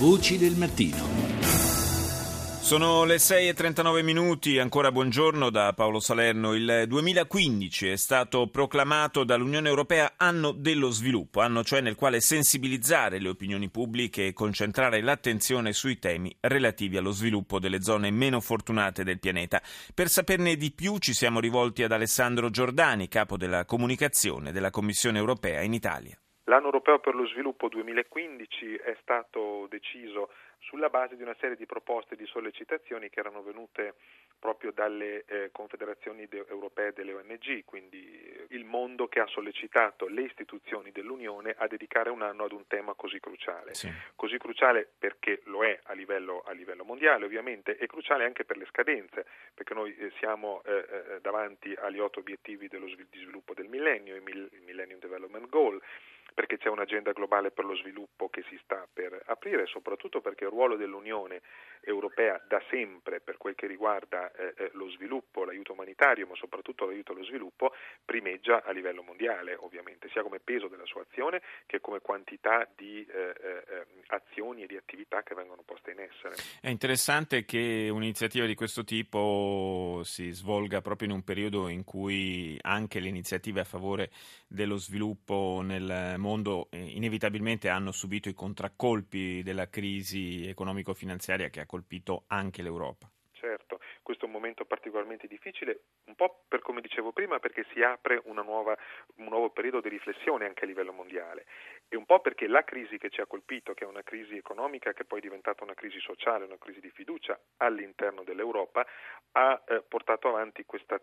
Voci del mattino. Sono le 6:39, ancora buongiorno da Paolo Salerno. Il 2015 è stato proclamato dall'Unione Europea anno dello sviluppo, anno cioè nel quale sensibilizzare le opinioni pubbliche e concentrare l'attenzione sui temi relativi allo sviluppo delle zone meno fortunate del pianeta. Per saperne di più ci siamo rivolti ad Alessandro Giordani, capo della comunicazione della Commissione Europea in Italia. L'anno europeo per lo sviluppo 2015 è stato deciso sulla base di una serie di proposte e di sollecitazioni che erano venute proprio dalle confederazioni europee delle ONG, quindi il mondo che ha sollecitato le istituzioni dell'Unione a dedicare un anno ad un tema così cruciale. Sì. Così cruciale perché lo è a livello mondiale ovviamente, e cruciale anche per le scadenze, perché noi siamo davanti agli 8 obiettivi di sviluppo del millennio, il Millennium Development Goal, perché c'è un'agenda globale per lo sviluppo che si sta per aprire, soprattutto perché il ruolo dell'Unione Europea da sempre per quel che riguarda lo sviluppo, l'aiuto umanitario, ma soprattutto l'aiuto allo sviluppo, primeggia a livello mondiale, ovviamente, sia come peso della sua azione che come quantità di azioni e di attività che vengono poste in essere. È interessante che un'iniziativa di questo tipo si svolga proprio in un periodo in cui anche le iniziative a favore dello sviluppo nel mondo inevitabilmente hanno subito i contraccolpi della crisi economico-finanziaria che ha colpito anche l'Europa. Certo, questo è un momento particolarmente difficile, un po' per come dicevo prima, perché si apre un nuovo periodo di riflessione anche a livello mondiale, e un po' perché la crisi che ci ha colpito, che è una crisi economica che poi è diventata una crisi sociale, una crisi di fiducia all'interno dell'Europa, ha portato avanti questa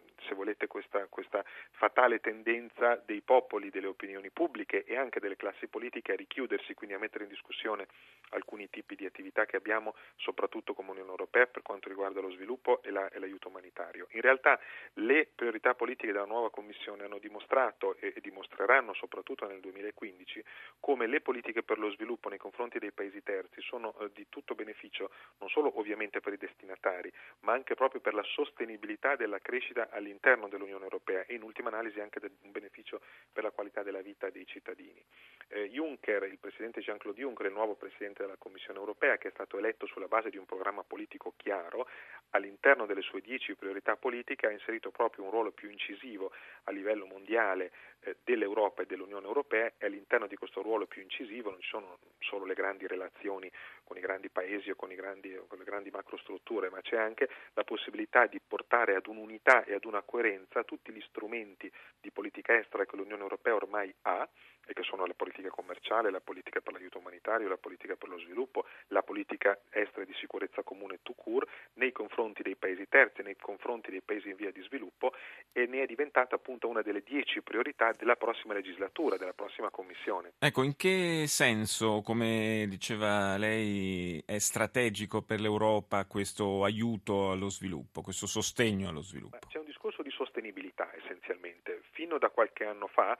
fatale tendenza dei popoli, delle opinioni pubbliche e anche delle classi politiche a richiudersi, quindi a mettere in discussione alcuni tipi di attività che abbiamo soprattutto come Unione Europea per quanto riguarda lo sviluppo e l'aiuto umanitario. In realtà le priorità politiche della nuova Commissione hanno dimostrato e dimostreranno soprattutto nel 2015 come le politiche per lo sviluppo nei confronti dei paesi terzi sono di tutto beneficio non solo ovviamente per i destinatari, ma anche proprio per la sostenibilità della crescita all'interno dell'Unione Europea e in ultima analisi anche un beneficio per la qualità della vita dei cittadini. Juncker, il presidente Jean-Claude Juncker, il nuovo presidente della Commissione Europea, che è stato eletto sulla base di un programma politico chiaro, all'interno delle sue 10 priorità politiche ha inserito proprio un ruolo più incisivo a livello mondiale dell'Europa e dell'Unione Europea, e all'interno di questo ruolo più incisivo non ci sono solo le grandi relazioni con i grandi paesi o con le grandi macrostrutture, ma c'è anche la possibilità di portare ad un'unità e ad una coerenza tutti gli strumenti di politica estera che l'Unione Europea ormai ha, e che sono la politica commerciale, la politica per l'aiuto umanitario, la politica per lo sviluppo, la politica estera e di sicurezza comune tout court, nei confronti dei paesi terzi, nei confronti dei paesi in via di sviluppo, e ne è diventata appunto una delle 10 priorità della prossima legislatura, della prossima Commissione. Ecco, in che senso, come diceva lei, è strategico per l'Europa questo aiuto allo sviluppo, questo sostegno allo sviluppo? C'è un discorso di sostenibilità essenzialmente. Fino da qualche anno fa,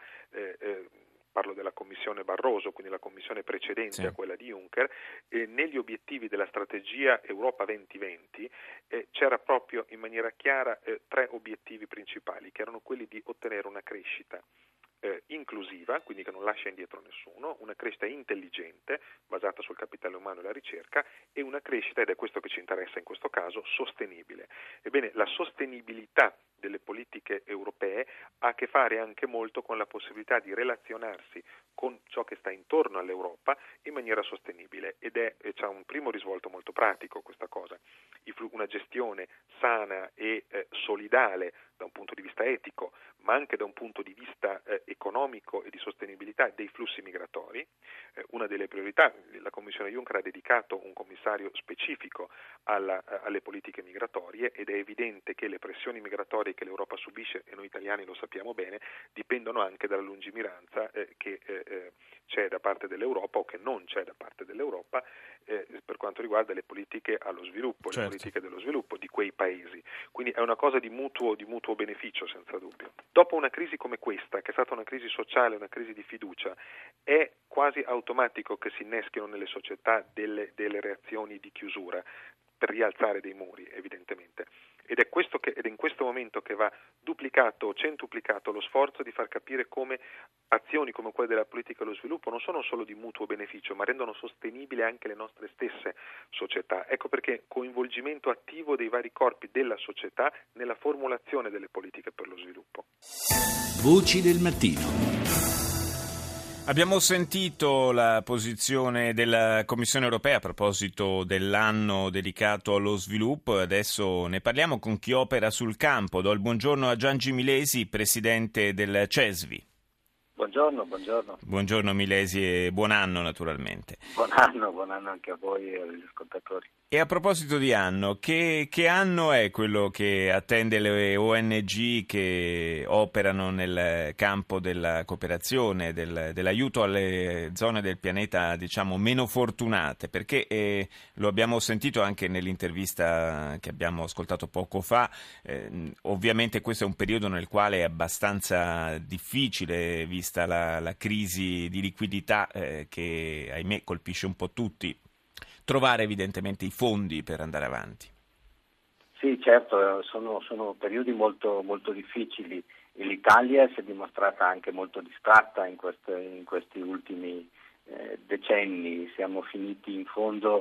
parlo della Commissione Barroso, quindi la Commissione precedente a quella di Juncker, negli obiettivi della strategia Europa 2020 c'era proprio in maniera chiara 3 obiettivi principali, che erano quelli di ottenere una crescita inclusiva, quindi che non lascia indietro nessuno, una crescita intelligente basata sul capitale umano e la ricerca, e una crescita, ed è questo che ci interessa in questo caso, sostenibile. Ebbene, la sostenibilità delle politiche europee ha a che fare anche molto con la possibilità di relazionarsi con ciò che sta intorno all'Europa in maniera sostenibile, ed c'ha un primo risvolto molto pratico questa cosa. Una gestione sana e solidale da un punto di vista etico, ma anche da un punto di vista economico e di sostenibilità dei flussi migratori. Una delle priorità, la Commissione Juncker ha dedicato un commissario specifico alle politiche migratorie, ed è evidente che le pressioni migratorie che l'Europa subisce, e noi italiani lo sappiamo bene, dipendono anche dalla lungimiranza che c'è da parte dell'Europa o che non c'è da parte dell'Europa per quanto riguarda le politiche allo sviluppo, le politiche dello sviluppo di quei paesi. Quindi è una cosa di mutuo beneficio, senza dubbio. Dopo una crisi come questa, che è stata una crisi sociale, una crisi di fiducia, è quasi automatico che si inneschino nelle società delle reazioni di chiusura. per rialzare dei muri, evidentemente. Ed è in questo momento che va duplicato o centuplicato lo sforzo di far capire come azioni come quelle della politica dello sviluppo non sono solo di mutuo beneficio, ma rendono sostenibile anche le nostre stesse società. Ecco perché coinvolgimento attivo dei vari corpi della società nella formulazione delle politiche per lo sviluppo. Voci del mattino. Abbiamo sentito la posizione della Commissione europea a proposito dell'anno dedicato allo sviluppo. Adesso ne parliamo con chi opera sul campo. Do il buongiorno a Giangi Milesi, presidente del CESVI. Buongiorno. Buongiorno Milesi e buon anno naturalmente. Buon anno anche a voi e agli ascoltatori. E a proposito di anno, che anno è quello che attende le ONG che operano nel campo della cooperazione, dell'aiuto alle zone del pianeta, diciamo, meno fortunate? Perché lo abbiamo sentito anche nell'intervista che abbiamo ascoltato poco fa, ovviamente questo è un periodo nel quale è abbastanza difficile, vista la crisi di liquidità che, ahimè, colpisce un po' tutti, trovare evidentemente i fondi per andare avanti. Sì, certo, sono periodi molto, molto difficili. L'Italia si è dimostrata anche molto distratta in questi ultimi decenni. Siamo finiti in fondo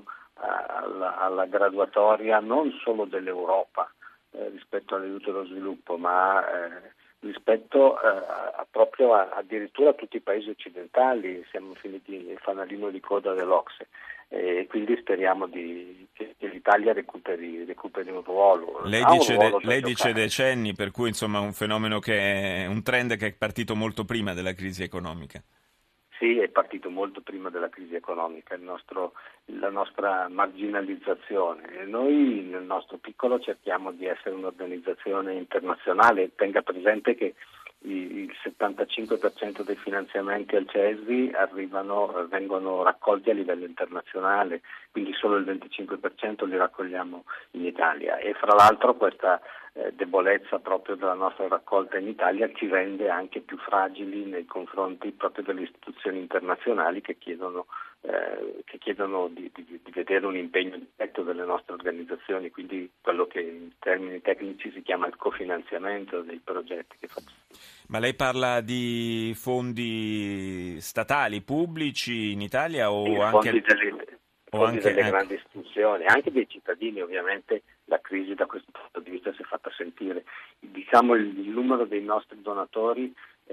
alla graduatoria non solo dell'Europa rispetto all'aiuto allo sviluppo, ma rispetto proprio addirittura a tutti i paesi occidentali. Siamo finiti nel fanalino di coda dell'Ocse. E quindi speriamo che l'Italia recuperi un ruolo. Lei dice decenni, per cui insomma un fenomeno che è un trend che è partito molto prima della crisi economica. Sì, è partito molto prima della crisi economica, la nostra marginalizzazione. E noi nel nostro piccolo cerchiamo di essere un'organizzazione internazionale. Tenga presente che il 75% dei finanziamenti al CESVI vengono raccolti a livello internazionale, quindi solo il 25% li raccogliamo in Italia, e fra l'altro questa debolezza proprio della nostra raccolta in Italia ci rende anche più fragili nei confronti proprio delle istituzioni internazionali che chiedono di vedere un impegno diretto delle nostre organizzazioni, quindi quello che in termini tecnici si chiama il cofinanziamento dei progetti che facciamo. Ma lei parla di fondi statali, pubblici in Italia o sì, anche fondi delle grandi istituzioni, anche dei cittadini? Ovviamente la crisi da questo punto di vista si è fatta sentire. Diciamo il numero dei nostri donatori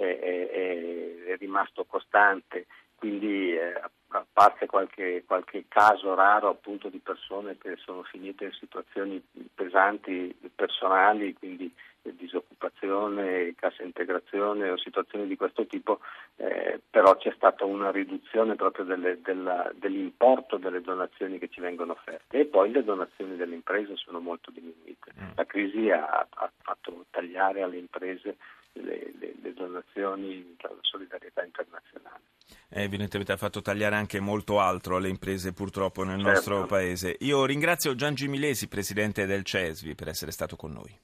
è rimasto costante, quindi a parte qualche caso raro appunto di persone che sono finite in situazioni pesanti personali, quindi disoccupazione, cassa integrazione o situazioni di questo tipo, però c'è stata una riduzione proprio dell'importo delle donazioni che ci vengono offerte, e poi le donazioni delle imprese sono molto diminuite. La crisi ha fatto tagliare alle imprese le donazioni dalla solidarietà internazionale. Evidentemente ha fatto tagliare anche molto altro alle imprese purtroppo nel nostro paese. Io ringrazio Giangi Milesi, presidente del CESVI, per essere stato con noi.